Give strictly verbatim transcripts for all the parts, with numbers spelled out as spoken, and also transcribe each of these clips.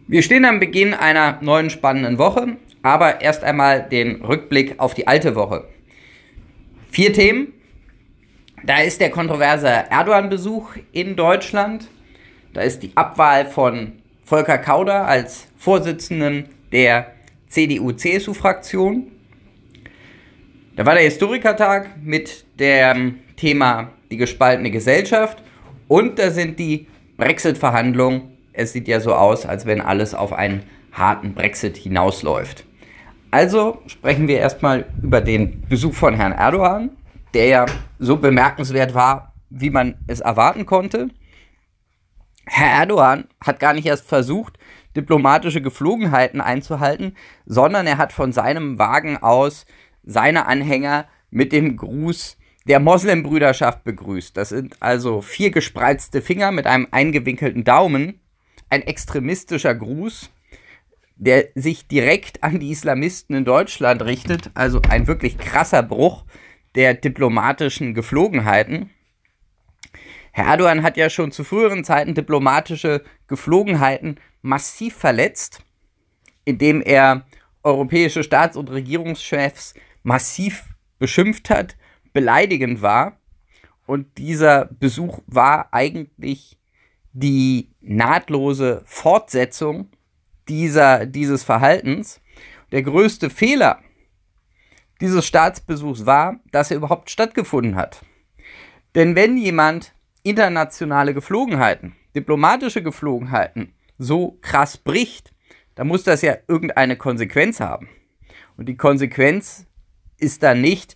Wir stehen am Beginn einer neuen spannenden Woche, aber erst einmal den Rückblick auf die alte Woche. Vier Themen. Da ist der kontroverse Erdogan-Besuch in Deutschland. Da ist die Abwahl von Volker Kauder als Vorsitzenden der C D U C S U-Fraktion. Da war der Historikertag mit dem Thema die gespaltene Gesellschaft. Und da sind die Brexit-Verhandlungen. Es sieht ja so aus, als wenn alles auf einen harten Brexit hinausläuft. Also sprechen wir erstmal über den Besuch von Herrn Erdogan, der ja so bemerkenswert war, wie man es erwarten konnte. Herr Erdogan hat gar nicht erst versucht, diplomatische Geflogenheiten einzuhalten, sondern er hat von seinem Wagen aus seine Anhänger mit dem Gruß der Moslembrüderschaft begrüßt. Das sind also vier gespreizte Finger mit einem eingewinkelten Daumen. Ein extremistischer Gruß, der sich direkt an die Islamisten in Deutschland richtet. Also ein wirklich krasser Bruch der diplomatischen Geflogenheiten. Herr Erdogan hat ja schon zu früheren Zeiten diplomatische Geflogenheiten massiv verletzt, indem er europäische Staats- und Regierungschefs massiv beschimpft hat, beleidigend war. Und dieser Besuch war eigentlich die nahtlose Fortsetzung dieser, dieses Verhaltens. Der größte Fehler dieses Staatsbesuchs war, dass er überhaupt stattgefunden hat. Denn wenn jemand internationale Geflogenheiten, diplomatische Geflogenheiten so krass bricht, dann muss das ja irgendeine Konsequenz haben. Und die Konsequenz ist dann nicht,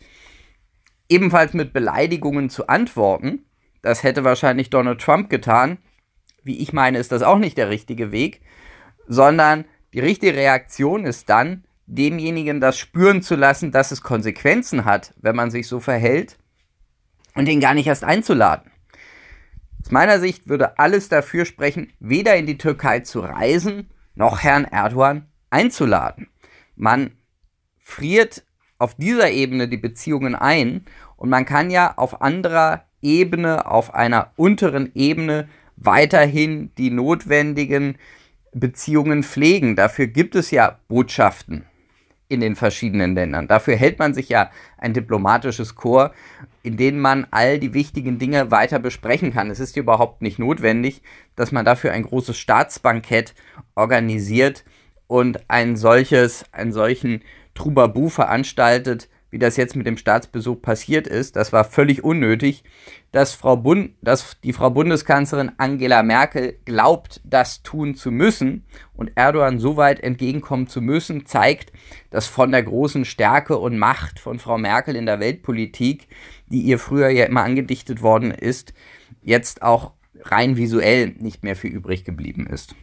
ebenfalls mit Beleidigungen zu antworten. Das hätte wahrscheinlich Donald Trump getan. Wie ich meine, ist das auch nicht der richtige Weg, sondern die richtige Reaktion ist dann, demjenigen das spüren zu lassen, dass es Konsequenzen hat, wenn man sich so verhält und den gar nicht erst einzuladen. Aus meiner Sicht würde alles dafür sprechen, weder in die Türkei zu reisen, noch Herrn Erdogan einzuladen. Man friert auf dieser Ebene die Beziehungen ein und man kann ja auf anderer Ebene, auf einer unteren Ebene weiterhin die notwendigen Beziehungen pflegen. Dafür gibt es ja Botschaften in den verschiedenen Ländern. Dafür hält man sich ja ein diplomatisches Korps, in dem man all die wichtigen Dinge weiter besprechen kann. Es ist überhaupt nicht notwendig, dass man dafür ein großes Staatsbankett organisiert und ein solches, einen solchen Trubabu veranstaltet, wie das jetzt mit dem Staatsbesuch passiert ist. Das war völlig unnötig. Dass, Frau Bund, dass die Frau Bundeskanzlerin Angela Merkel glaubt, das tun zu müssen und Erdogan so weit entgegenkommen zu müssen, zeigt, dass von der großen Stärke und Macht von Frau Merkel in der Weltpolitik, die ihr früher ja immer angedichtet worden ist, jetzt auch rein visuell nicht mehr viel übrig geblieben ist.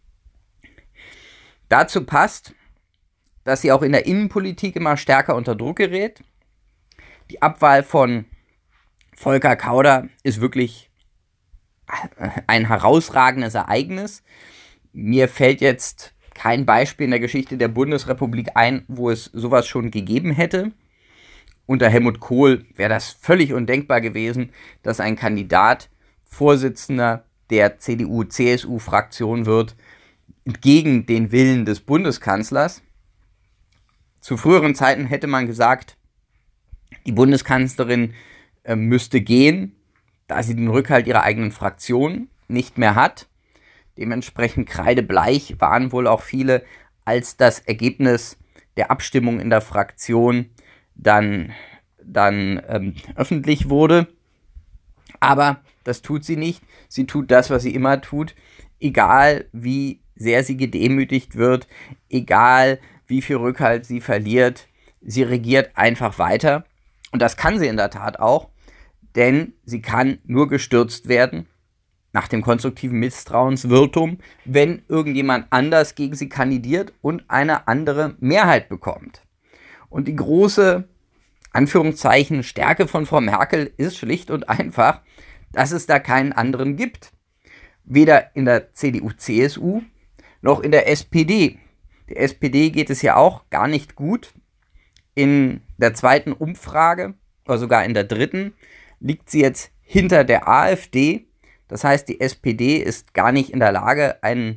Dazu passt, dass sie auch in der Innenpolitik immer stärker unter Druck gerät. Die Abwahl von Volker Kauder ist wirklich ein herausragendes Ereignis. Mir fällt jetzt kein Beispiel in der Geschichte der Bundesrepublik ein, wo es sowas schon gegeben hätte. Unter Helmut Kohl wäre das völlig undenkbar gewesen, dass ein Kandidat Vorsitzender der C D U C S U-Fraktion wird, entgegen den Willen des Bundeskanzlers. Zu früheren Zeiten hätte man gesagt, die Bundeskanzlerin äh, müsste gehen, da sie den Rückhalt ihrer eigenen Fraktion nicht mehr hat. Dementsprechend kreidebleich waren wohl auch viele, als das Ergebnis der Abstimmung in der Fraktion dann, dann ähm, öffentlich wurde. Aber das tut sie nicht. Sie tut das, was sie immer tut, egal wie sehr sie gedemütigt wird, egal wie viel Rückhalt sie verliert. Sie regiert einfach weiter. Und das kann sie in der Tat auch, denn sie kann nur gestürzt werden nach dem konstruktiven Misstrauensvotum, wenn irgendjemand anders gegen sie kandidiert und eine andere Mehrheit bekommt. Und die große, Anführungszeichen, Stärke von Frau Merkel ist schlicht und einfach, dass es da keinen anderen gibt. Weder in der C D U C S U noch in der S P D. Der S P D geht es ja auch gar nicht gut. In der zweiten Umfrage, oder sogar in der dritten, liegt sie jetzt hinter der AfD. Das heißt, die S P D ist gar nicht in der Lage, einen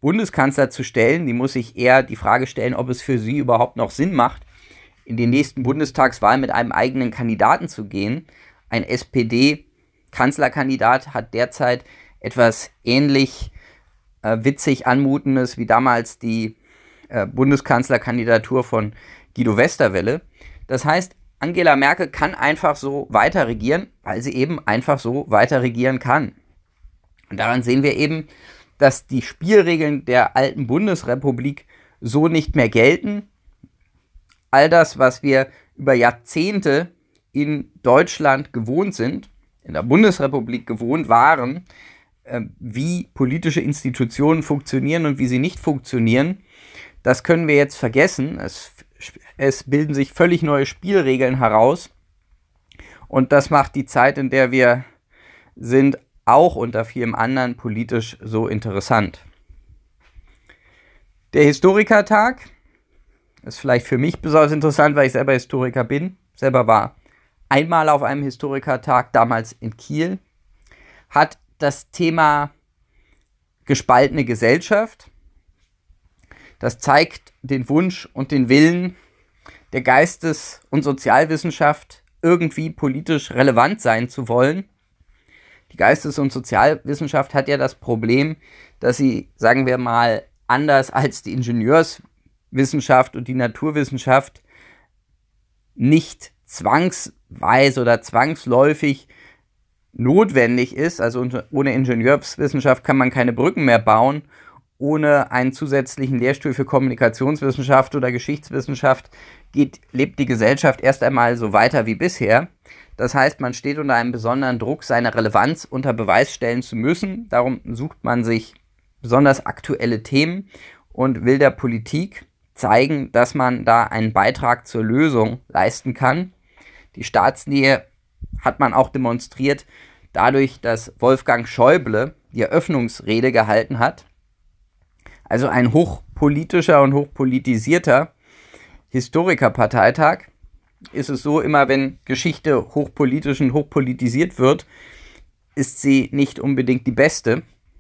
Bundeskanzler zu stellen. Die muss sich eher die Frage stellen, ob es für sie überhaupt noch Sinn macht, in die nächsten Bundestagswahl mit einem eigenen Kandidaten zu gehen. Ein S P D-Kanzlerkandidat hat derzeit etwas ähnlich äh, witzig Anmutendes wie damals die äh, Bundeskanzlerkandidatur von Guido Westerwelle. Das heißt, Angela Merkel kann einfach so weiter regieren, weil sie eben einfach so weiter regieren kann. Und daran sehen wir eben, dass die Spielregeln der alten Bundesrepublik so nicht mehr gelten. All das, was wir über Jahrzehnte in Deutschland gewohnt sind, in der Bundesrepublik gewohnt waren, äh, wie politische Institutionen funktionieren und wie sie nicht funktionieren, das können wir jetzt vergessen. Es, es bilden sich völlig neue Spielregeln heraus. Und das macht die Zeit, in der wir sind, auch unter vielem anderen politisch so interessant. Der Historikertag ist vielleicht für mich besonders interessant, weil ich selber Historiker bin. Selber war einmal auf einem Historikertag, damals in Kiel, hat das Thema gespaltene Gesellschaft. Das zeigt den Wunsch und den Willen der Geistes- und Sozialwissenschaft, irgendwie politisch relevant sein zu wollen. Die Geistes- und Sozialwissenschaft hat ja das Problem, dass sie, sagen wir mal, anders als die Ingenieurswissenschaft und die Naturwissenschaft nicht zwangsweise oder zwangsläufig notwendig ist. Also ohne Ingenieurswissenschaft kann man keine Brücken mehr bauen. Ohne einen zusätzlichen Lehrstuhl für Kommunikationswissenschaft oder Geschichtswissenschaft geht, lebt die Gesellschaft erst einmal so weiter wie bisher. Das heißt, man steht unter einem besonderen Druck, seine Relevanz unter Beweis stellen zu müssen. Darum sucht man sich besonders aktuelle Themen und will der Politik zeigen, dass man da einen Beitrag zur Lösung leisten kann. Die Staatsnähe hat man auch demonstriert dadurch, dass Wolfgang Schäuble die Eröffnungsrede gehalten hat. Also ein hochpolitischer und hochpolitisierter Historikerparteitag. Ist es so, immer wenn Geschichte hochpolitisch und hochpolitisiert wird, ist sie nicht unbedingt die beste.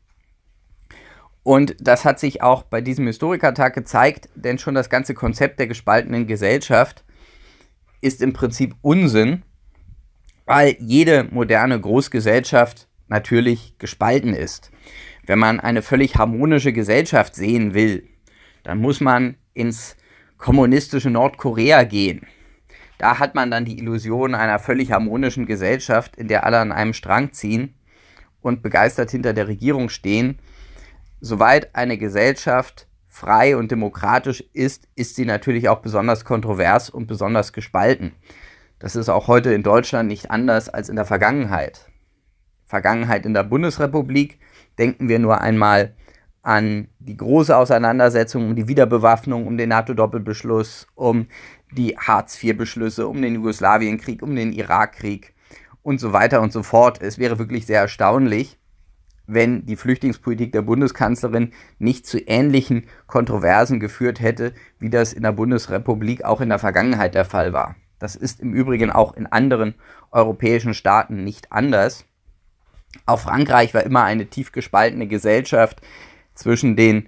Und das hat sich auch bei diesem Historikertag gezeigt, denn schon das ganze Konzept der gespaltenen Gesellschaft ist im Prinzip Unsinn, weil jede moderne Großgesellschaft natürlich gespalten ist. Wenn man eine völlig harmonische Gesellschaft sehen will, dann muss man ins kommunistische Nordkorea gehen. Da hat man dann die Illusion einer völlig harmonischen Gesellschaft, in der alle an einem Strang ziehen und begeistert hinter der Regierung stehen. Soweit eine Gesellschaft frei und demokratisch ist, ist sie natürlich auch besonders kontrovers und besonders gespalten. Das ist auch heute in Deutschland nicht anders als in der Vergangenheit. Vergangenheit in der Bundesrepublik, denken wir nur einmal an die große Auseinandersetzung um die Wiederbewaffnung, um den NATO-Doppelbeschluss, um die Hartz vier Beschlüsse, um den Jugoslawienkrieg, um den Irakkrieg und so weiter und so fort. Es wäre wirklich sehr erstaunlich, wenn die Flüchtlingspolitik der Bundeskanzlerin nicht zu ähnlichen Kontroversen geführt hätte, wie das in der Bundesrepublik auch in der Vergangenheit der Fall war. Das ist im Übrigen auch in anderen europäischen Staaten nicht anders. Auch Frankreich war immer eine tief gespaltene Gesellschaft zwischen dem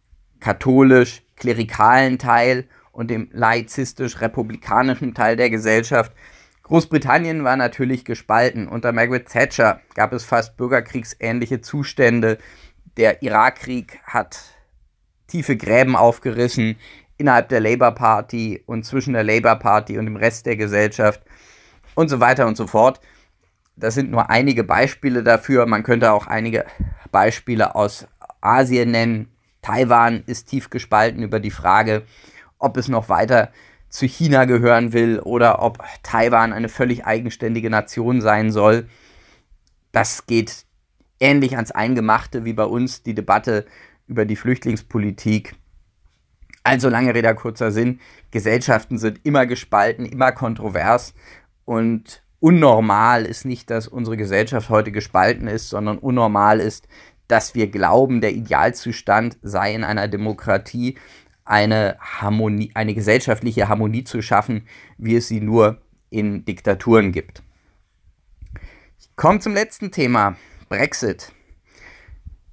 katholisch-klerikalen Teil und dem laizistisch-republikanischen Teil der Gesellschaft. Großbritannien war natürlich gespalten. Unter Margaret Thatcher gab es fast bürgerkriegsähnliche Zustände. Der Irakkrieg hat tiefe Gräben aufgerissen innerhalb der Labour Party und zwischen der Labour Party und dem Rest der Gesellschaft und so weiter und so fort. Das sind nur einige Beispiele dafür. Man könnte auch einige Beispiele aus Asien nennen. Taiwan ist tief gespalten über die Frage, ob es noch weiter zu China gehören will oder ob Taiwan eine völlig eigenständige Nation sein soll. Das geht ähnlich ans Eingemachte wie bei uns die Debatte über die Flüchtlingspolitik. Also lange Rede, kurzer Sinn. Gesellschaften sind immer gespalten, immer kontrovers und unnormal ist nicht, dass unsere Gesellschaft heute gespalten ist, sondern unnormal ist, dass wir glauben, der Idealzustand sei in einer Demokratie eine Harmonie, eine gesellschaftliche Harmonie zu schaffen, wie es sie nur in Diktaturen gibt. Ich komme zum letzten Thema, Brexit.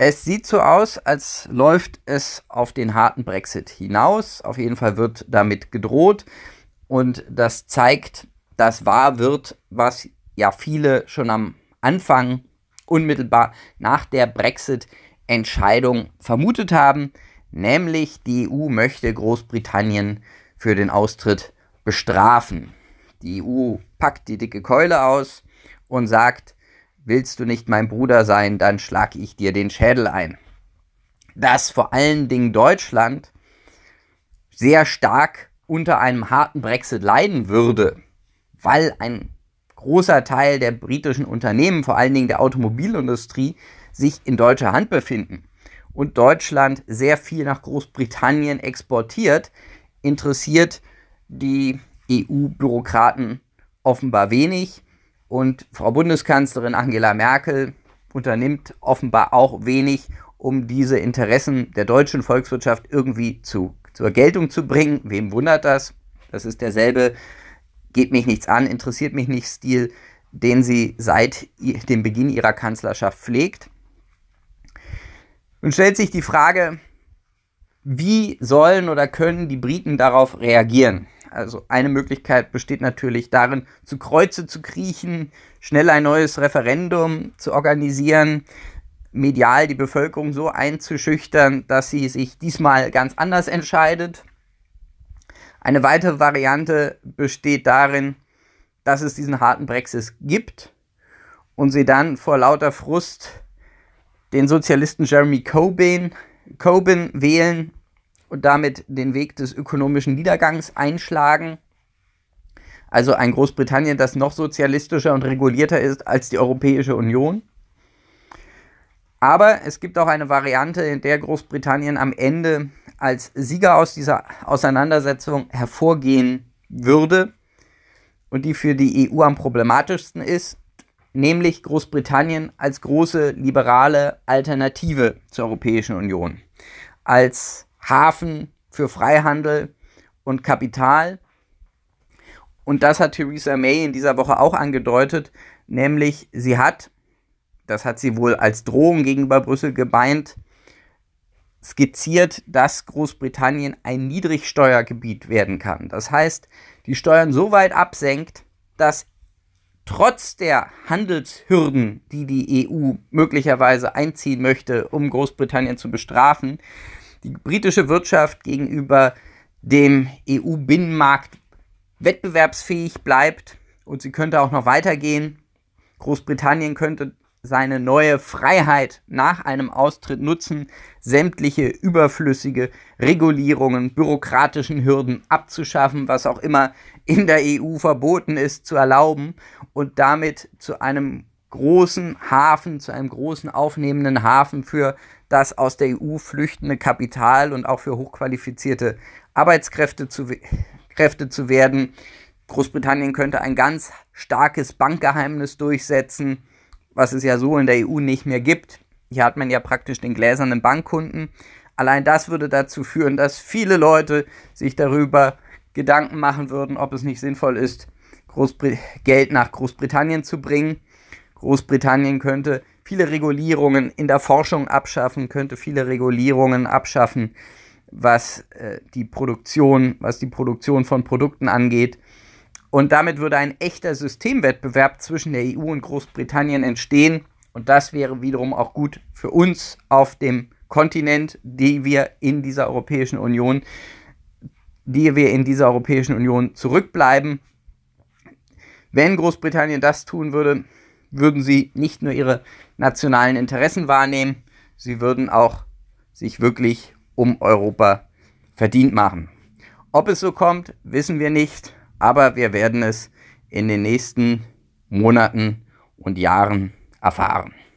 Es sieht so aus, als läuft es auf den harten Brexit hinaus. Auf jeden Fall wird damit gedroht. Und das zeigt, dass wahr wird, was ja viele schon am Anfang, unmittelbar nach der Brexit-Entscheidung vermutet haben. Nämlich die E U möchte Großbritannien für den Austritt bestrafen. Die E U packt die dicke Keule aus und sagt, willst du nicht mein Bruder sein, dann schlag ich dir den Schädel ein. Dass vor allen Dingen Deutschland sehr stark unter einem harten Brexit leiden würde, weil ein großer Teil der britischen Unternehmen, vor allen Dingen der Automobilindustrie, sich in deutscher Hand befinden und Deutschland sehr viel nach Großbritannien exportiert, interessiert die E U-Bürokraten offenbar wenig. Und Frau Bundeskanzlerin Angela Merkel unternimmt offenbar auch wenig, um diese Interessen der deutschen Volkswirtschaft irgendwie zu, zur Geltung zu bringen. Wem wundert das? Das ist derselbe geht mich nichts an, interessiert mich nicht Stil, den sie seit dem Beginn ihrer Kanzlerschaft pflegt. Nun stellt sich die Frage, wie sollen oder können die Briten darauf reagieren? Also eine Möglichkeit besteht natürlich darin, zu Kreuze zu kriechen, schnell ein neues Referendum zu organisieren, medial die Bevölkerung so einzuschüchtern, dass sie sich diesmal ganz anders entscheidet. Eine weitere Variante besteht darin, dass es diesen harten Brexit gibt und sie dann vor lauter Frust den Sozialisten Jeremy Corbyn, Corbyn wählen und damit den Weg des ökonomischen Niedergangs einschlagen. Also ein Großbritannien, das noch sozialistischer und regulierter ist als die Europäische Union. Aber es gibt auch eine Variante, in der Großbritannien am Ende als Sieger aus dieser Auseinandersetzung hervorgehen würde und die für die E U am problematischsten ist, nämlich Großbritannien als große liberale Alternative zur Europäischen Union, als Hafen für Freihandel und Kapital. Und das hat Theresa May in dieser Woche auch angedeutet, nämlich sie hat, das hat sie wohl als Drohung gegenüber Brüssel gemeint, skizziert, dass Großbritannien ein Niedrigsteuergebiet werden kann. Das heißt, die Steuern so weit absenkt, dass trotz der Handelshürden, die die E U möglicherweise einziehen möchte, um Großbritannien zu bestrafen, die britische Wirtschaft gegenüber dem E U-Binnenmarkt wettbewerbsfähig bleibt und sie könnte auch noch weitergehen. Großbritannien könnte seine neue Freiheit nach einem Austritt nutzen, sämtliche überflüssige Regulierungen, bürokratischen Hürden abzuschaffen, was auch immer in der E U verboten ist, zu erlauben und damit zu einem großen Hafen, zu einem großen aufnehmenden Hafen für das aus der E U flüchtende Kapital und auch für hochqualifizierte Arbeitskräfte zu, Kräfte zu werden. Großbritannien könnte ein ganz starkes Bankgeheimnis durchsetzen, was es ja so in der E U nicht mehr gibt. Hier hat man ja praktisch den gläsernen Bankkunden. Allein das würde dazu führen, dass viele Leute sich darüber Gedanken machen würden, ob es nicht sinnvoll ist, Großbr- Geld nach Großbritannien zu bringen. Großbritannien könnte viele Regulierungen in der Forschung abschaffen, könnte viele Regulierungen abschaffen, was äh, die Produktion, was die Produktion von Produkten angeht. Und damit würde ein echter Systemwettbewerb zwischen der E U und Großbritannien entstehen. Und das wäre wiederum auch gut für uns auf dem Kontinent, die wir in dieser Europäischen Union, die wir in dieser Europäischen Union zurückbleiben. Wenn Großbritannien das tun würde, würden sie nicht nur ihre nationalen Interessen wahrnehmen, sie würden auch sich wirklich um Europa verdient machen. Ob es so kommt, wissen wir nicht. Aber wir werden es in den nächsten Monaten und Jahren erfahren.